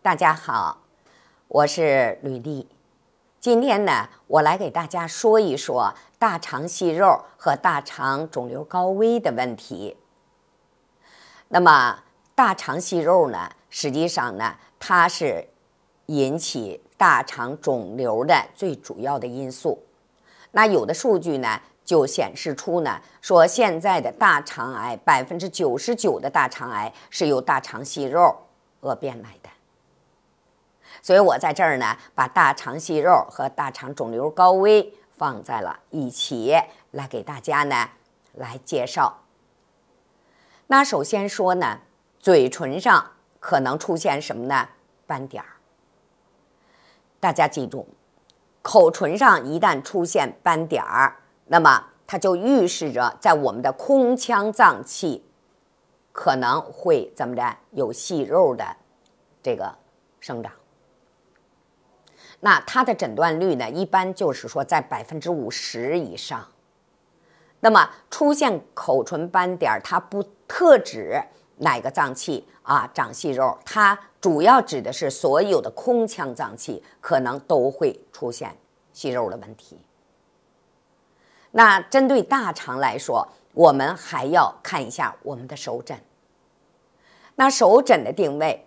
大家好，我是吕丽。今天呢，我来给大家说一说大肠息肉和大肠肿瘤高危的问题。那么大肠息肉呢，实际上呢，它是引起大肠肿瘤的最主要的因素。那有的数据呢，就显示出呢，说现在的大肠癌99%的大肠癌是由大肠息肉恶变来的。所以我在这儿呢，把大肠息肉和大肠肿瘤高危放在了一起，来给大家呢来介绍。那首先说呢，嘴唇上可能出现什么呢？斑点儿。大家记住，口唇上一旦出现斑点儿，那么它就预示着在我们的空腔脏器可能会怎么着，有息肉的这个生长。那它的诊断率呢，一般就是说在50%以上。那么出现口唇斑点，它不特指哪个脏器长息肉，它主要指的是所有的空腔脏器可能都会出现息肉的问题。那针对大肠来说，我们还要看一下我们的手诊。那手诊的定位，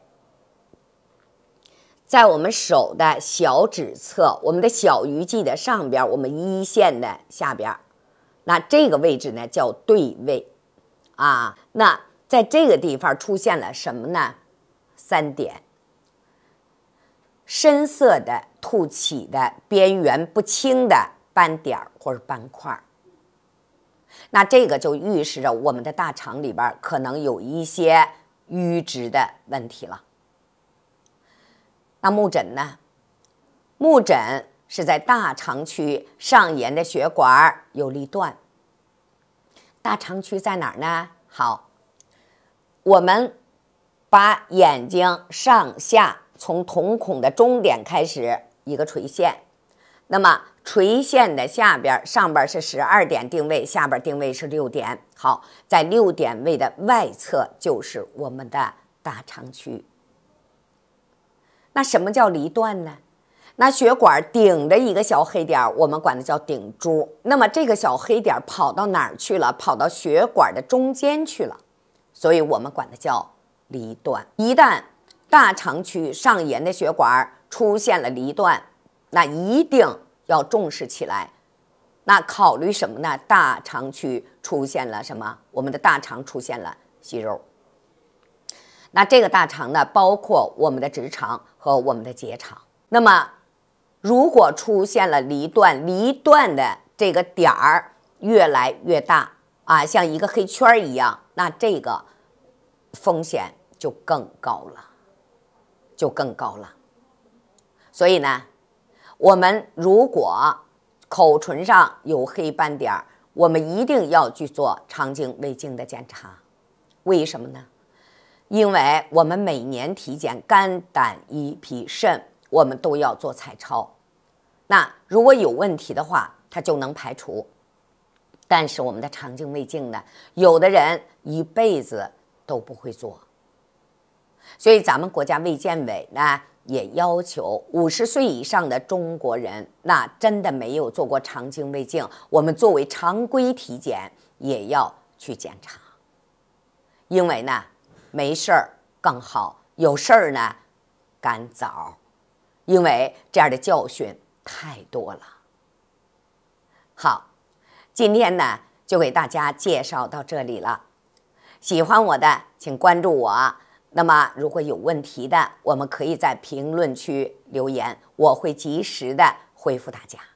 在我们手的小指侧，我们的小鱼际的上边，我们1线的下边，那这个位置呢叫对位那在这个地方出现了什么呢？3点，深色的凸起的边缘不清的斑点或者斑块。那这个就预示着我们的大肠里边可能有一些淤滞的问题了。那目诊呢？目诊是在大肠区上沿的血管有粒段。大肠区在哪儿呢？好，我们把眼睛上下从瞳孔的中点开始一个垂线，那么垂线的下边上边是12点定位，下边定位是6点。好，在6点位的外侧就是我们的大肠区。那什么叫离段呢？那血管顶着一个小黑点，我们管它叫顶珠。那么这个小黑点跑到哪儿去了？跑到血管的中间去了，所以我们管它叫离段。一旦大肠区上沿的血管出现了离段，那一定要重视起来。那考虑什么呢？大肠区出现了什么？我们的大肠出现了息肉。那这个大肠呢，包括我们的直肠和我们的结肠。那么如果出现了离段，离段的这个点儿越来越大像一个黑圈一样，那这个风险就更高了。所以呢，我们如果口唇上有黑斑点，我们一定要去做肠镜胃镜的检查。为什么呢？因为我们每年体检肝胆胰脾肾，我们都要做彩超。那如果有问题的话，它就能排除。但是我们的肠镜胃镜呢，有的人一辈子都不会做。所以咱们国家卫健委呢，也要求50岁以上的中国人，那真的没有做过肠镜胃镜，我们作为常规体检也要去检查。因为呢，没事儿更好，有事儿呢赶早，因为这样的教训太多了。好，今天呢就给大家介绍到这里了。喜欢我的请关注我，那么如果有问题的，我们可以在评论区留言，我会及时的回复大家。